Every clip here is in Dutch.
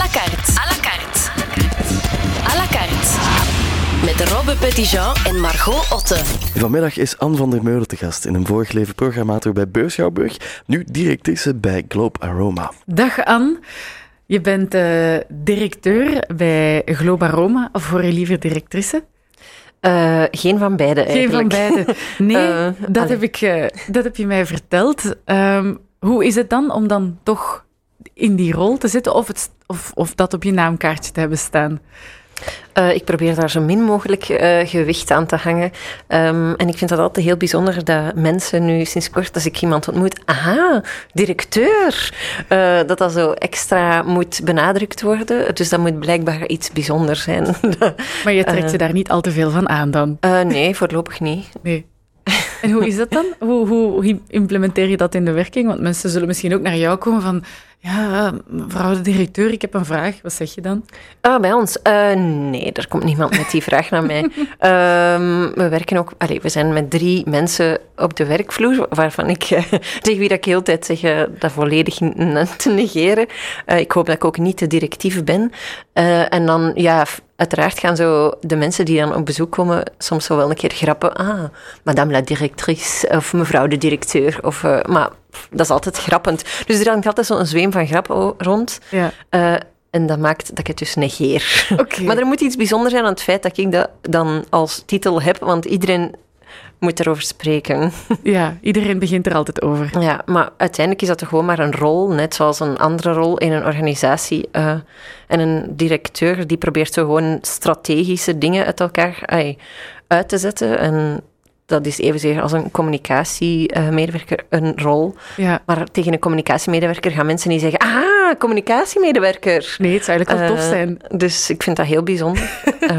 la carte. À la carte. À la carte. Met Robbe Petitjean en Margot Otte. Vanmiddag is Anne van der Meulen te gast. In een vorig leven programmator bij Beurs-Schouwburg. Nu directrice bij Globe Aroma. Dag Anne. Je bent directeur bij Globe Aroma. Of hoor je liever directrice? Geen van beide eigenlijk. Geen van beide. Nee, dat heb je mij verteld. Hoe is het dan om dan toch in die rol te zitten of dat op je naamkaartje te hebben staan? Ik probeer daar zo min mogelijk gewicht aan te hangen. En ik vind dat altijd heel bijzonder dat mensen nu sinds kort, als ik iemand ontmoet, directeur, dat zo extra moet benadrukt worden. Dus dat moet blijkbaar iets bijzonders zijn. Maar je trekt je daar niet al te veel van aan dan? Nee, voorlopig niet. Nee. En hoe is dat dan? Hoe implementeer je dat in de werking? Want mensen zullen misschien ook naar jou komen van... Ja, mevrouw de directeur, ik heb een vraag. Wat zeg je dan? Bij ons? Nee, er komt niemand met die vraag naar mij. We werken ook... we zijn met 3 mensen op de werkvloer, waarvan ik tegen wie dat ik heel de tijd zeg dat volledig te negeren. Ik hoop dat ik ook niet te directief ben. En dan, ja... Uiteraard gaan zo de mensen die dan op bezoek komen soms zo wel een keer grappen. Madame la directrice of mevrouw de directeur. Maar dat is altijd grappend. Dus er hangt altijd zo'n zweem van grap rond. Ja. En dat maakt dat ik het dus negeer. Okay. Maar er moet iets bijzonders zijn aan het feit dat ik dat dan als titel heb, want iedereen moet erover spreken. Ja, iedereen begint er altijd over. Ja, maar uiteindelijk is dat toch gewoon maar een rol, net zoals een andere rol in een organisatie. En een directeur die probeert zo gewoon strategische dingen uit elkaar uit te zetten. En dat is evenzeer als een communicatiemedewerker een rol. Ja. Maar tegen een communicatiemedewerker gaan mensen niet zeggen... communicatiemedewerker. Nee, het zou eigenlijk wel tof zijn. Dus ik vind dat heel bijzonder.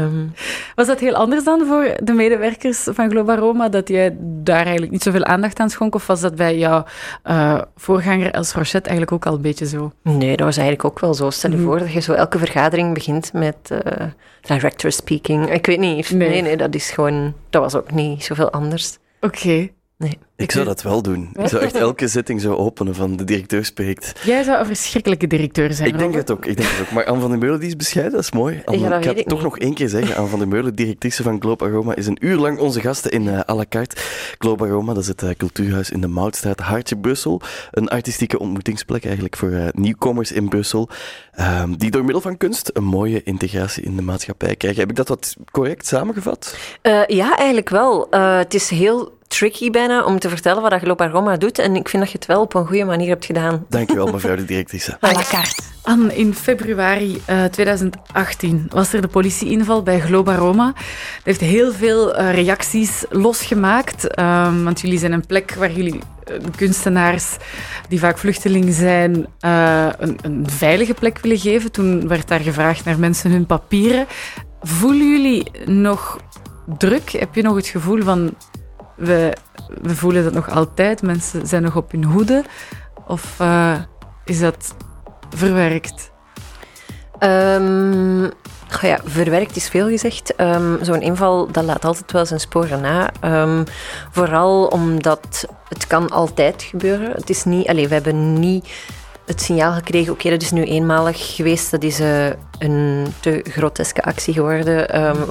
Was dat heel anders dan voor de medewerkers van Globe Aroma? Dat jij daar eigenlijk niet zoveel aandacht aan schonk? Of was dat bij jouw voorganger Els Rochette eigenlijk ook al een beetje zo? Nee, dat was eigenlijk ook wel zo. Stel je voor dat je zo elke vergadering begint met director speaking. Ik weet niet. Nee, dat is gewoon... Dat was ook niet zoveel anders. Oké. Nee. Ik zou dat wel doen. Ik zou echt elke zitting zo openen van de directeur spreekt. Jij zou een verschrikkelijke directeur zijn. Ik denk het ook. Maar Anne van der Meulen die is bescheiden, dat is mooi. Ik ga het toch nog 1 keer zeggen. Anne van der Meulen, directrice van Globe Aroma, is een uur lang onze gasten in à la carte. Globe Aroma, dat is het cultuurhuis in de Moutstraat, Hartje Brussel. Een artistieke ontmoetingsplek eigenlijk voor nieuwkomers in Brussel. Die door middel van kunst een mooie integratie in de maatschappij krijgen. Heb ik dat wat correct samengevat? Ja, eigenlijk wel. Het is heel tricky bijna om te vertellen wat Globe Aroma doet. En ik vind dat je het wel op een goede manier hebt gedaan. Dankjewel, mevrouw de directrice. À la carte. Anne, in februari 2018 was er de politieinval bij Globe Aroma. Dat heeft heel veel reacties losgemaakt. Want jullie zijn een plek waar jullie kunstenaars die vaak vluchteling zijn een veilige plek willen geven. Toen werd daar gevraagd naar mensen hun papieren. Voelen jullie nog druk? Heb je nog het gevoel van... We voelen dat nog altijd. Mensen zijn nog op hun hoede. Of is dat verwerkt? Verwerkt is veel gezegd. Zo'n inval, dat laat altijd wel zijn sporen na. Vooral omdat het kan altijd gebeuren. Het is niet... we hebben niet het signaal gekregen, oké, dat is nu eenmalig geweest, dat is een te groteske actie geworden.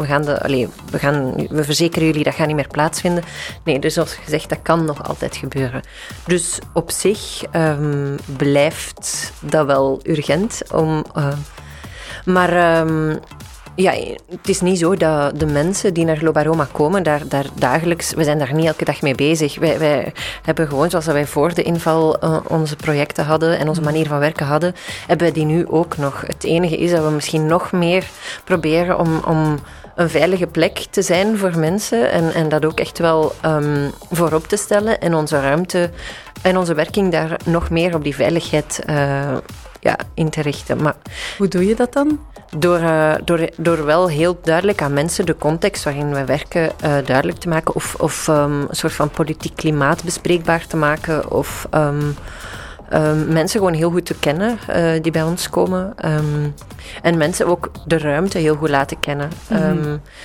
We verzekeren jullie, dat gaat niet meer plaatsvinden. Nee, dus zoals gezegd, dat kan nog altijd gebeuren. Dus op zich blijft dat wel urgent. Het is niet zo dat de mensen die naar Globe Aroma komen, daar dagelijks, we zijn daar niet elke dag mee bezig. Wij hebben gewoon, zoals wij voor de inval onze projecten hadden en onze manier van werken hadden, hebben wij die nu ook nog. Het enige is dat we misschien nog meer proberen om een veilige plek te zijn voor mensen en dat ook echt wel voorop te stellen en onze ruimte en onze werking daar nog meer op die veiligheid in te richten. Maar hoe doe je dat dan? Door wel heel duidelijk aan mensen de context waarin we werken duidelijk te maken of een soort van politiek klimaat bespreekbaar te maken of mensen gewoon heel goed te kennen die bij ons komen en mensen ook de ruimte heel goed laten kennen.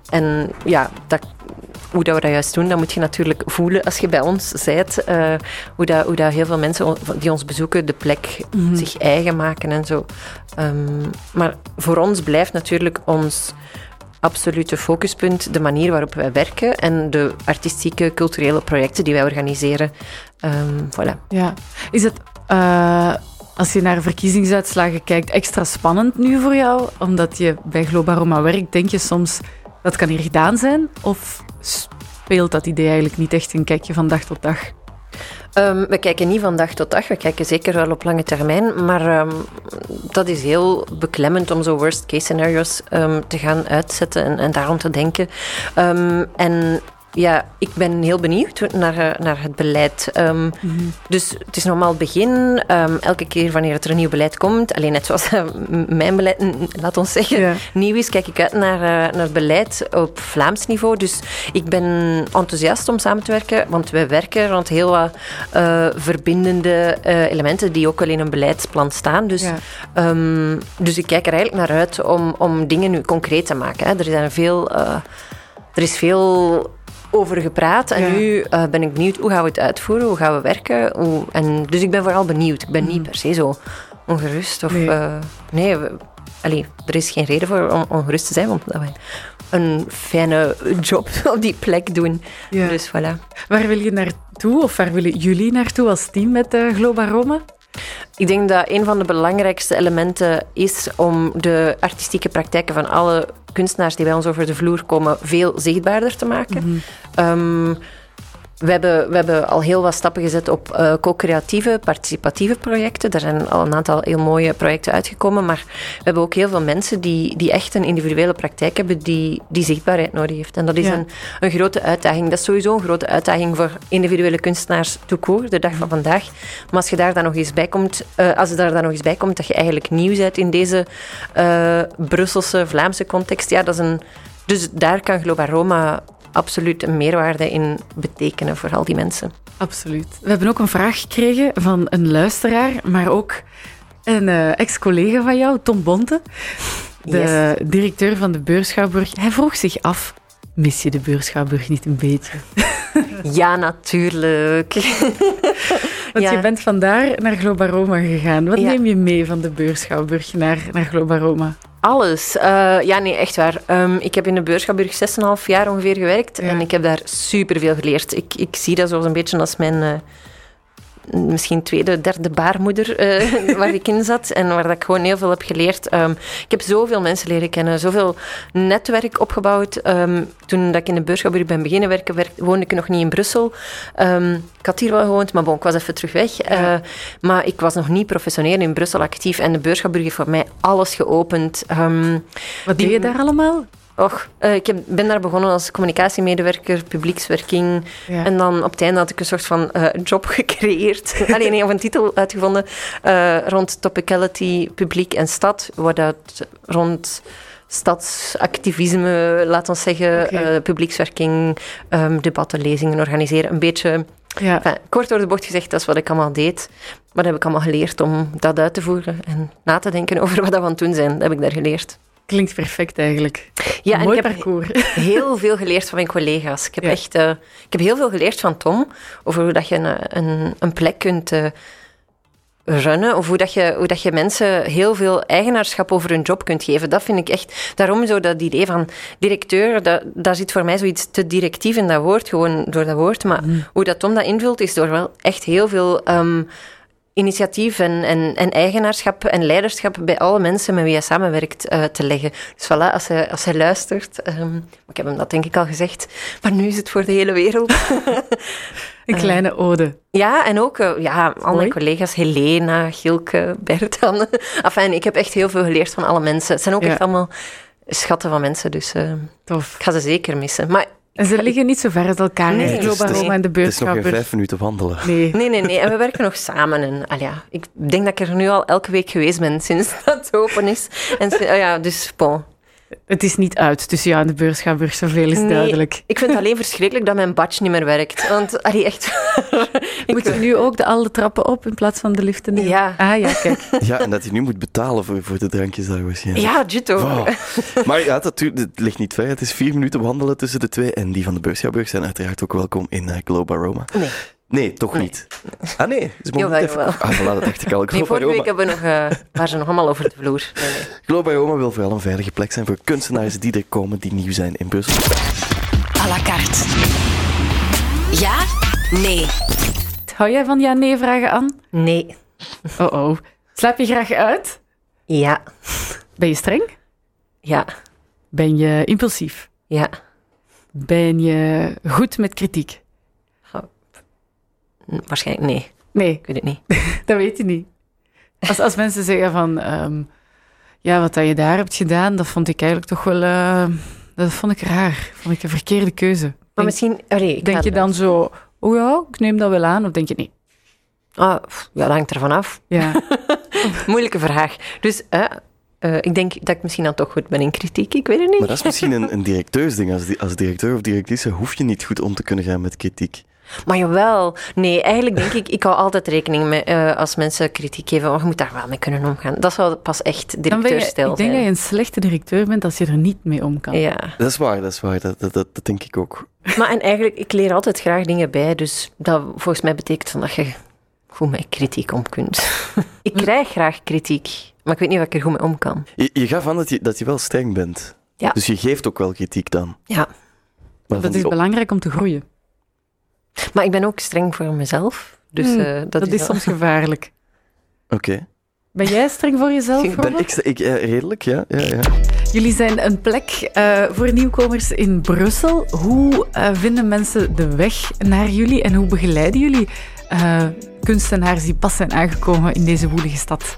En ja, hoe dat we dat juist doen, dat moet je natuurlijk voelen als je bij ons bent. Hoe dat heel veel mensen die ons bezoeken de plek zich eigen maken en zo. Maar voor ons blijft natuurlijk ons absolute focuspunt de manier waarop wij werken en de artistieke, culturele projecten die wij organiseren. Voilà. Ja. Is het, als je naar verkiezingsuitslagen kijkt, extra spannend nu voor jou? Omdat je bij Globa Roma werkt, denk je soms dat kan hier gedaan zijn? Of speelt dat idee eigenlijk niet echt en kijk je van dag tot dag? We kijken niet van dag tot dag, we kijken zeker wel op lange termijn, maar dat is heel beklemmend om zo worst case scenario's te gaan uitzetten en daarom te denken. En ja, ik ben heel benieuwd naar het beleid. Dus het is normaal begin. Elke keer wanneer er een nieuw beleid komt, alleen net zoals mijn beleid, laat ons zeggen, nieuw is, kijk ik uit naar het beleid op Vlaams niveau. Dus ik ben enthousiast om samen te werken, want wij werken rond heel wat verbindende elementen die ook al in een beleidsplan staan. Dus, dus ik kijk er eigenlijk naar uit om dingen nu concreet te maken. Hè. Er is veel over gepraat en nu ben ik benieuwd hoe gaan we het uitvoeren, hoe gaan we werken. Dus ik ben vooral benieuwd. Ik ben niet per se zo ongerust. Er is geen reden voor om ongerust te zijn, want we een fijne job op die plek doen. Ja. Dus voilà. Waar wil je naartoe of waar willen jullie naartoe als team met Globa Roma? Ik denk dat een van de belangrijkste elementen is om de artistieke praktijken van alle kunstenaars die bij ons over de vloer komen veel zichtbaarder te maken. We hebben al heel wat stappen gezet op co-creatieve, participatieve projecten. Daar zijn al een aantal heel mooie projecten uitgekomen, maar we hebben ook heel veel mensen die echt een individuele praktijk hebben die zichtbaarheid nodig heeft. En dat is een grote uitdaging. Dat is sowieso een grote uitdaging voor individuele kunstenaars tout court, de dag van vandaag. Maar als je daar dan nog eens bij komt, dat je eigenlijk nieuw bent in deze Brusselse, Vlaamse context, dus daar kan Globa Roma absoluut een meerwaarde in betekenen voor al die mensen. Absoluut. We hebben ook een vraag gekregen van een luisteraar, maar ook een ex-collega van jou, Tom Bonte, de directeur van de Beursschouwburg. Hij vroeg zich af, mis je de Beursschouwburg niet een beetje? Ja, natuurlijk. Want je bent vandaar naar Globa Roma gegaan. Wat neem je mee van de Beursschouwburg naar Globa Roma? Alles. Echt waar. Ik heb in de Beursschouwburg 6,5 jaar ongeveer gewerkt en ik heb daar superveel geleerd. Ik zie dat zoals een beetje als mijn misschien tweede, derde baarmoeder waar ik in zat en waar ik gewoon heel veel heb geleerd. Ik heb zoveel mensen leren kennen, zoveel netwerk opgebouwd. Toen dat ik in de Beursschouwburg ben beginnen werken, woonde ik nog niet in Brussel. Ik had hier wel gewoond, maar ik was even terug weg. Maar ik was nog niet professioneel in Brussel actief en de Beursschouwburg heeft voor mij alles geopend. Wat deed je daar allemaal? Ik ben daar begonnen als communicatiemedewerker, publiekswerking. Ja. En dan op het einde had ik een soort van job gecreëerd. Of een titel uitgevonden rond topicality, publiek en stad. Waar dat rond stadsactivisme, laat ons zeggen, publiekswerking, debatten, lezingen organiseren. Een beetje, kort door de bocht gezegd, dat is wat ik allemaal deed. Maar dat heb ik allemaal geleerd om dat uit te voeren en na te denken over wat we aan het doen zijn. Dat heb ik daar geleerd. Klinkt perfect eigenlijk. Ja, mooi parcours. Ik heb heel veel geleerd van mijn collega's. Ik heb heel veel geleerd van Tom over hoe dat je een plek kunt runnen of hoe dat je mensen heel veel eigenaarschap over hun job kunt geven. Dat vind ik echt... Daarom zo dat idee van directeur, daar zit voor mij zoiets te directief in dat woord, gewoon door dat woord. Maar hoe dat Tom dat invult, is door wel echt heel veel... initiatief en eigenaarschap en leiderschap bij alle mensen met wie hij samenwerkt te leggen. Dus voilà, als hij luistert... ik heb hem dat denk ik al gezegd, maar nu is het voor de hele wereld. Een kleine ode. Ja, en ook al mijn collega's, Helena, Gilke, Bert-Anne. Enfin, ik heb echt heel veel geleerd van alle mensen. Het zijn ook echt allemaal schatten van mensen, dus tof. Ik ga ze zeker missen. Maar en ze liggen niet zo ver uit elkaar, Globa Roma en de Beursschouwburg. Het is nog geen 5 minuten wandelen. Nee. En we werken nog samen. En, ik denk dat ik er nu al elke week geweest ben sinds dat het open is. En, dus bon. het is niet uit tussen jou en de Beursgaabeurs, zoveel is duidelijk. Ik vind het alleen verschrikkelijk dat mijn badge niet meer werkt. Want, echt... Moet je nu ook alle trappen op in plaats van de liften nemen? Ja. Ah ja, kijk. Ja, en dat je nu moet betalen voor de drankjes daar waarschijnlijk. Ja, jutto. Wow. Maar ja, het ligt niet ver. Het is 4 minuten wandelen tussen de twee. En die van de Beursgaabeurs zijn uiteraard ook welkom in Globe Aroma. Nee, toch niet. Ah nee, dus jawel, jawel. Voilà, dat dacht ik al. Vorige week hebben we waren ze nog allemaal over de vloer. Nee. Globe Aroma wil vooral een veilige plek zijn voor kunstenaars die er komen, die nieuw zijn in Brussel. À la carte. Ja? Nee. Hou jij van ja-nee-vragen aan? Nee. Oh. Slaap je graag uit? Ja. Ben je streng? Ja. Ben je impulsief? Ja. Ben je goed met kritiek? Waarschijnlijk nee. Nee. Ik weet het niet. Dat weet je niet. Als mensen zeggen van... wat dat je daar hebt gedaan, dat vond ik eigenlijk toch wel... dat vond ik raar. Vond ik een verkeerde keuze. Maar misschien... Denk je dan zo... Oh ja, ik neem dat wel aan. Of denk je nee? Ja, dat hangt ervan af. Ja. Moeilijke vraag. Dus ik denk dat ik misschien dan toch goed ben in kritiek. Ik weet het niet. Maar dat is misschien een directeursding. Als directeur of directrice hoef je niet goed om te kunnen gaan met kritiek. Maar jawel. Nee, eigenlijk denk ik hou altijd rekening met als mensen kritiek geven, maar je moet daar wel mee kunnen omgaan. Dat zou pas echt directeurstijl zijn. Ik denk dat je een slechte directeur bent als je er niet mee om kan. Ja. Dat is waar. Dat denk ik ook. Maar en eigenlijk, ik leer altijd graag dingen bij, dus dat volgens mij betekent dat je goed met kritiek om kunt. Ik krijg graag kritiek, maar ik weet niet of ik er goed mee om kan. Je gaf aan dat je wel streng bent. Ja. Dus je geeft ook wel kritiek dan. Ja. Maar dat is belangrijk om te groeien. Maar ik ben ook streng voor mezelf. Dus dat is soms gevaarlijk. Oké. Ben jij streng voor jezelf, Robert? Redelijk, ja. Jullie zijn een plek voor nieuwkomers in Brussel. Hoe vinden mensen de weg naar jullie en hoe begeleiden jullie kunstenaars die pas zijn aangekomen in deze woelige stad?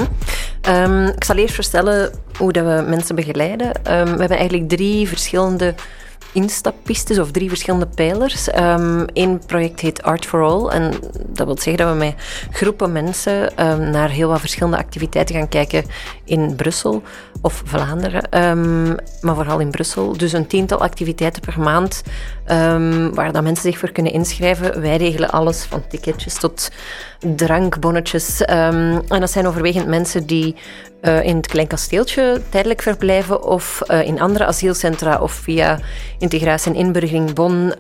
Ik zal eerst vertellen hoe dat we mensen begeleiden. We hebben eigenlijk 3 verschillende instappistes of 3 verschillende pijlers. Eén project heet Art for All en dat wil zeggen dat we met groepen mensen naar heel wat verschillende activiteiten gaan kijken in Brussel of Vlaanderen, maar vooral in Brussel. Dus een 10-tal activiteiten per maand waar dat mensen zich voor kunnen inschrijven. Wij regelen alles van ticketjes tot drankbonnetjes. En dat zijn overwegend mensen die in het Klein Kasteeltje tijdelijk verblijven of in andere asielcentra of via integratie en inburgering Bonn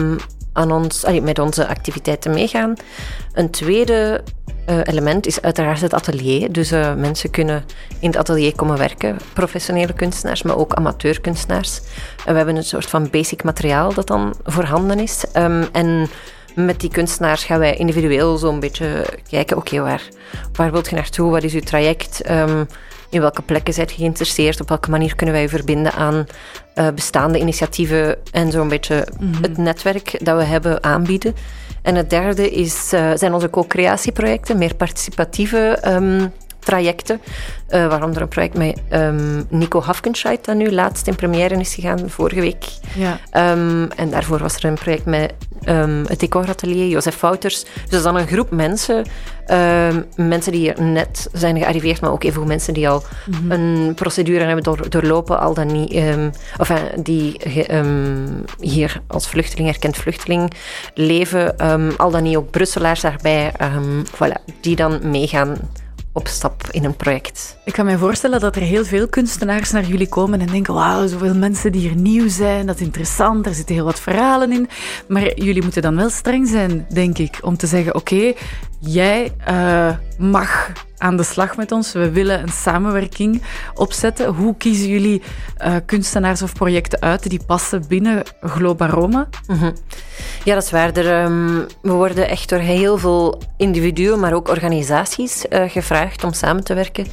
met onze activiteiten meegaan. Een tweede element is uiteraard het atelier. Dus mensen kunnen in het atelier komen werken, professionele kunstenaars, maar ook amateurkunstenaars. We hebben een soort van basic materiaal dat dan voorhanden is. En met die kunstenaars gaan wij individueel zo'n beetje kijken, oké, waar wilt je naartoe? Wat is uw traject? In welke plekken zijt je geïnteresseerd? Op welke manier kunnen wij je verbinden aan bestaande initiatieven en zo'n beetje het netwerk dat we hebben aanbieden? En het derde zijn onze co-creatieprojecten, meer participatieve trajecten. Waaronder een project met Nico Hafkenscheidt, dat nu laatst in première is gegaan, vorige week. Ja. En daarvoor was er een project met het decoratelier, Josef Fouters. Dus dat is dan een groep mensen, mensen die hier net zijn gearriveerd, maar ook even mensen die al een procedure hebben doorlopen, al dan niet, die hier als vluchteling, erkend vluchteling leven, al dan niet ook Brusselaars daarbij, die dan meegaan op stap in een project. Ik kan me voorstellen dat er heel veel kunstenaars naar jullie komen en denken, wauw, zoveel mensen die hier nieuw zijn, dat is interessant, er zitten heel wat verhalen in. Maar jullie moeten dan wel streng zijn, denk ik, om te zeggen, oké, jij mag aan de slag met ons, we willen een samenwerking opzetten. Hoe kiezen jullie kunstenaars of projecten uit die passen binnen Globe Aroma? Ja, dat is waar. We worden echt door heel veel individuen, maar ook organisaties gevraagd om samen te werken.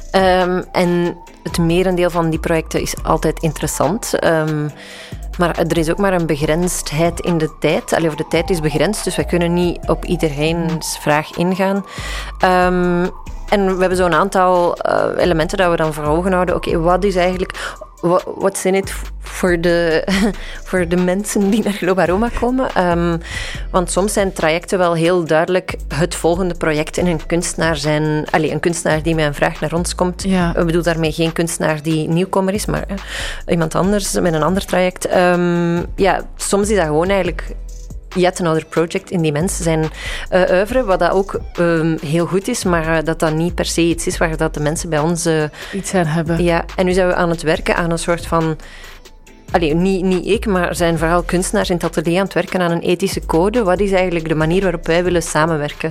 En het merendeel van die projecten is altijd interessant. Maar er is ook maar een begrensdheid in de tijd. De tijd is begrensd, dus we kunnen niet op iedereen's vraag ingaan. En we hebben zo'n aantal elementen dat we dan voor ogen houden. Oké, wat is eigenlijk what's in it voor de mensen die naar Globa Roma komen. Want soms zijn trajecten wel heel duidelijk het volgende project in een kunstenaar zijn. Een kunstenaar die met een vraag naar ons komt. Ja. Ik bedoel daarmee geen kunstenaar die nieuwkomer is, maar iemand anders met een ander traject. Soms is dat gewoon eigenlijk yet another project in die mensen zijn oeuvre, wat dat ook heel goed is, maar dat niet per se iets is waar dat de mensen bij ons iets aan hebben. Ja, en nu zijn we aan het werken aan een soort van... niet ik, maar er zijn vooral kunstenaars in het atelier aan het werken aan een ethische code. Wat is eigenlijk de manier waarop wij willen samenwerken?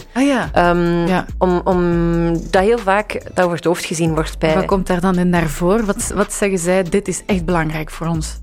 Om dat heel vaak dat over het hoofd gezien wordt bij... Wat komt daar dan in naar voren? Wat zeggen zij, dit is echt belangrijk voor ons?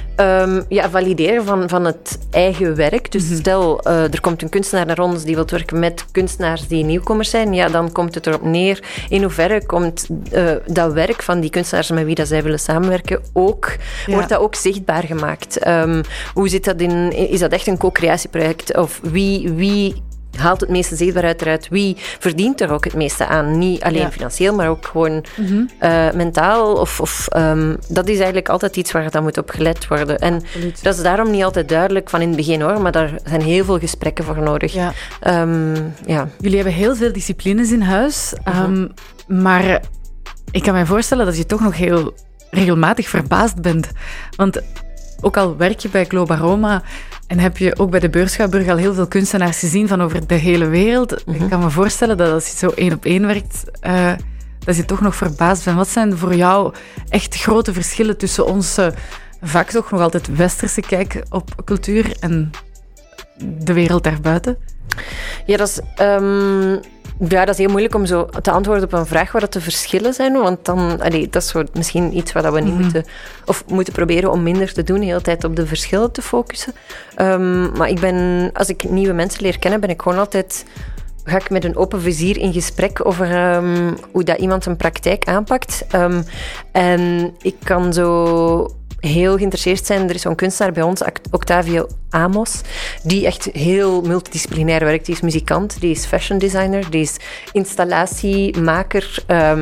Valideren van het eigen werk. Dus stel, er komt een kunstenaar naar ons die wil werken met kunstenaars die nieuwkomers zijn. Ja, dan komt het erop neer in hoeverre komt dat werk van die kunstenaars met wie dat zij willen samenwerken ook, wordt dat ook zichtbaar gemaakt. Hoe zit dat in? Is dat echt een co-creatieproject? Of wie haalt het meeste zichtbaar uit? Wie verdient er ook het meeste aan? Niet alleen financieel, maar ook gewoon mentaal. Dat is eigenlijk altijd iets waar dan moet op gelet worden. En absoluut. Dat is daarom niet altijd duidelijk van in het begin, hoor, maar daar zijn heel veel gesprekken voor nodig. Ja. Jullie hebben heel veel disciplines in huis, maar ik kan me voorstellen dat je toch nog heel regelmatig verbaasd bent. Want ook al werk je bij Globa Roma en heb je ook bij de Beurschouwburg al heel veel kunstenaars gezien van over de hele wereld. Ik kan me voorstellen dat als je zo 1-op-1 werkt, dat je toch nog verbaasd bent. Wat zijn voor jou echt grote verschillen tussen onze vaak toch nog altijd westerse kijk op cultuur en de wereld daarbuiten? Ja, dat is heel moeilijk om zo te antwoorden op een vraag waar dat de verschillen zijn. Want dan, dat is misschien iets wat we niet moeten proberen om minder te doen, de hele tijd op de verschillen te focussen. Maar als ik nieuwe mensen leer kennen, ga ik met een open vizier in gesprek over hoe dat iemand een praktijk aanpakt. En ik kan zo heel geïnteresseerd zijn. Er is zo'n kunstenaar bij ons, Octavio Amos, die echt heel multidisciplinair werkt. Die is muzikant, die is fashion designer, die is installatiemaker.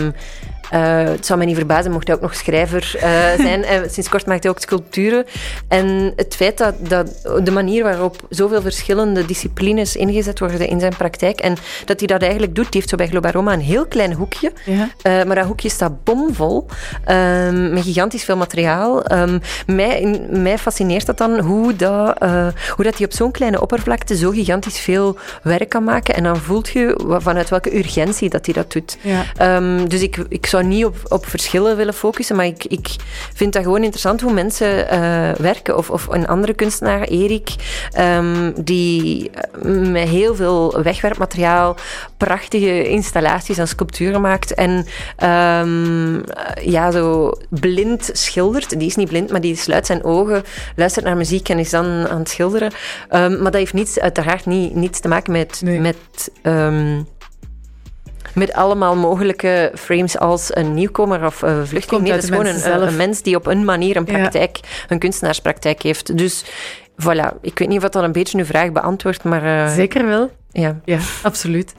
Het zou mij niet verbazen, mocht hij ook nog schrijver zijn. Sinds kort maakt hij ook sculpturen. En het feit dat de manier waarop zoveel verschillende disciplines ingezet worden in zijn praktijk en dat hij dat eigenlijk doet, die heeft zo bij Globa Roma een heel klein hoekje. Ja. Maar dat hoekje staat bomvol, met gigantisch veel materiaal. Mij fascineert dat dan, hoe dat hij op zo'n kleine oppervlakte zo gigantisch veel werk kan maken. En dan voelt je vanuit welke urgentie dat hij dat doet. Ja. Dus ik zou niet op verschillen willen focussen, maar ik vind dat gewoon interessant hoe mensen werken. Of een andere kunstenaar, Erik, die met heel veel wegwerpmateriaal prachtige installaties en sculpturen maakt en zo blind schildert. Die is niet blind, maar die sluit zijn ogen, luistert naar muziek en is dan aan het schilderen. Maar dat heeft uiteraard niets te maken met allemaal mogelijke frames als een nieuwkomer of vluchteling. Nee, dat is gewoon een mens die op een manier een kunstenaarspraktijk heeft. Dus voilà, ik weet niet of dat een beetje uw vraag beantwoordt, maar... Zeker wel. Ja, absoluut.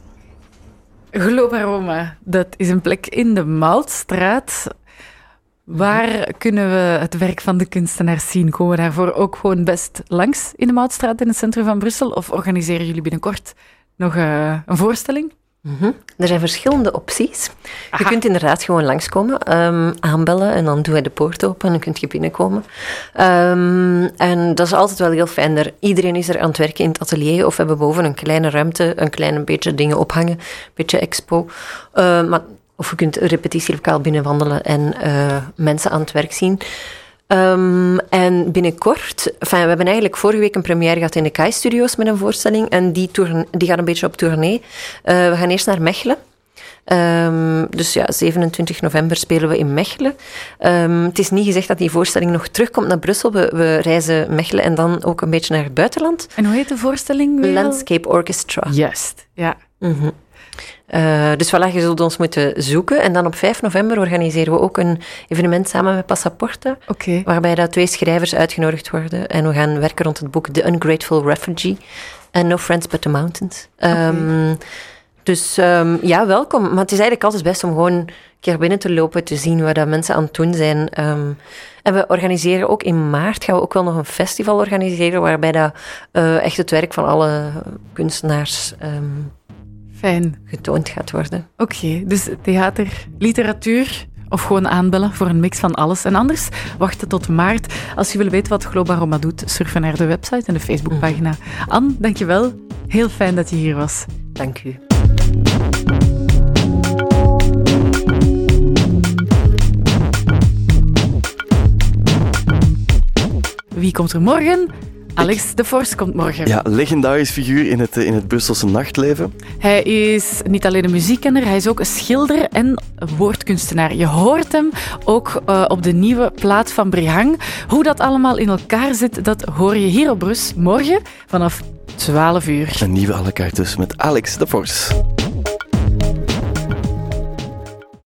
Globa Roma, dat is een plek in de Moutstraat. Waar kunnen we het werk van de kunstenaars zien? Komen we daarvoor ook gewoon best langs in de Moutstraat in het centrum van Brussel? Of organiseren jullie binnenkort nog een voorstelling? Er zijn verschillende opties. Je kunt inderdaad gewoon langskomen, aanbellen en dan doen wij de poort open en dan kun je binnenkomen. En dat is altijd wel heel fijn. Iedereen is er aan het werken in het atelier of we hebben boven een kleine ruimte, een klein beetje dingen ophangen, een beetje expo. Of je kunt een repetitielokaal binnenwandelen en mensen aan het werk zien. En binnenkort, we hebben eigenlijk vorige week een première gehad in de KAI-studio's met een voorstelling en die gaat een beetje op tournee. We gaan eerst naar Mechelen. 27 november spelen we in Mechelen. Het is niet gezegd dat die voorstelling nog terugkomt naar Brussel. We reizen Mechelen en dan ook een beetje naar het buitenland. En hoe heet de voorstelling? Landscape Orchestra. Juist, ja. Dus voilà, je zult ons moeten zoeken. En dan op 5 november organiseren we ook een evenement samen met Passaporta. Okay. Waarbij 2 schrijvers uitgenodigd worden. En we gaan werken rond het boek The Ungrateful Refugee en No Friends But The Mountains. Dus ja, welkom. Maar het is eigenlijk altijd best om gewoon een keer binnen te lopen, te zien wat dat mensen aan het doen zijn. En we organiseren ook in maart, gaan we ook wel nog een festival organiseren, waarbij dat echt het werk van alle kunstenaars fijn getoond gaat worden. Oké, dus theater, literatuur of gewoon aanbellen voor een mix van alles. En anders wachten tot maart. Als je wil weten wat Globa Roma doet, surfen naar de website en de Facebookpagina. Anne, dankjewel. Heel fijn dat je hier was. Dank u. Wie komt er morgen? Alex de Vors komt morgen. Ja, legendarisch figuur in het Brusselse nachtleven. Hij is niet alleen een muziekkenner, hij is ook een schilder en woordkunstenaar. Je hoort hem ook op de nieuwe plaat van Brihang. Hoe dat allemaal in elkaar zit, dat hoor je hier op Brus morgen vanaf 12 uur. Een nieuwe à la carte dus met Alex de Vors.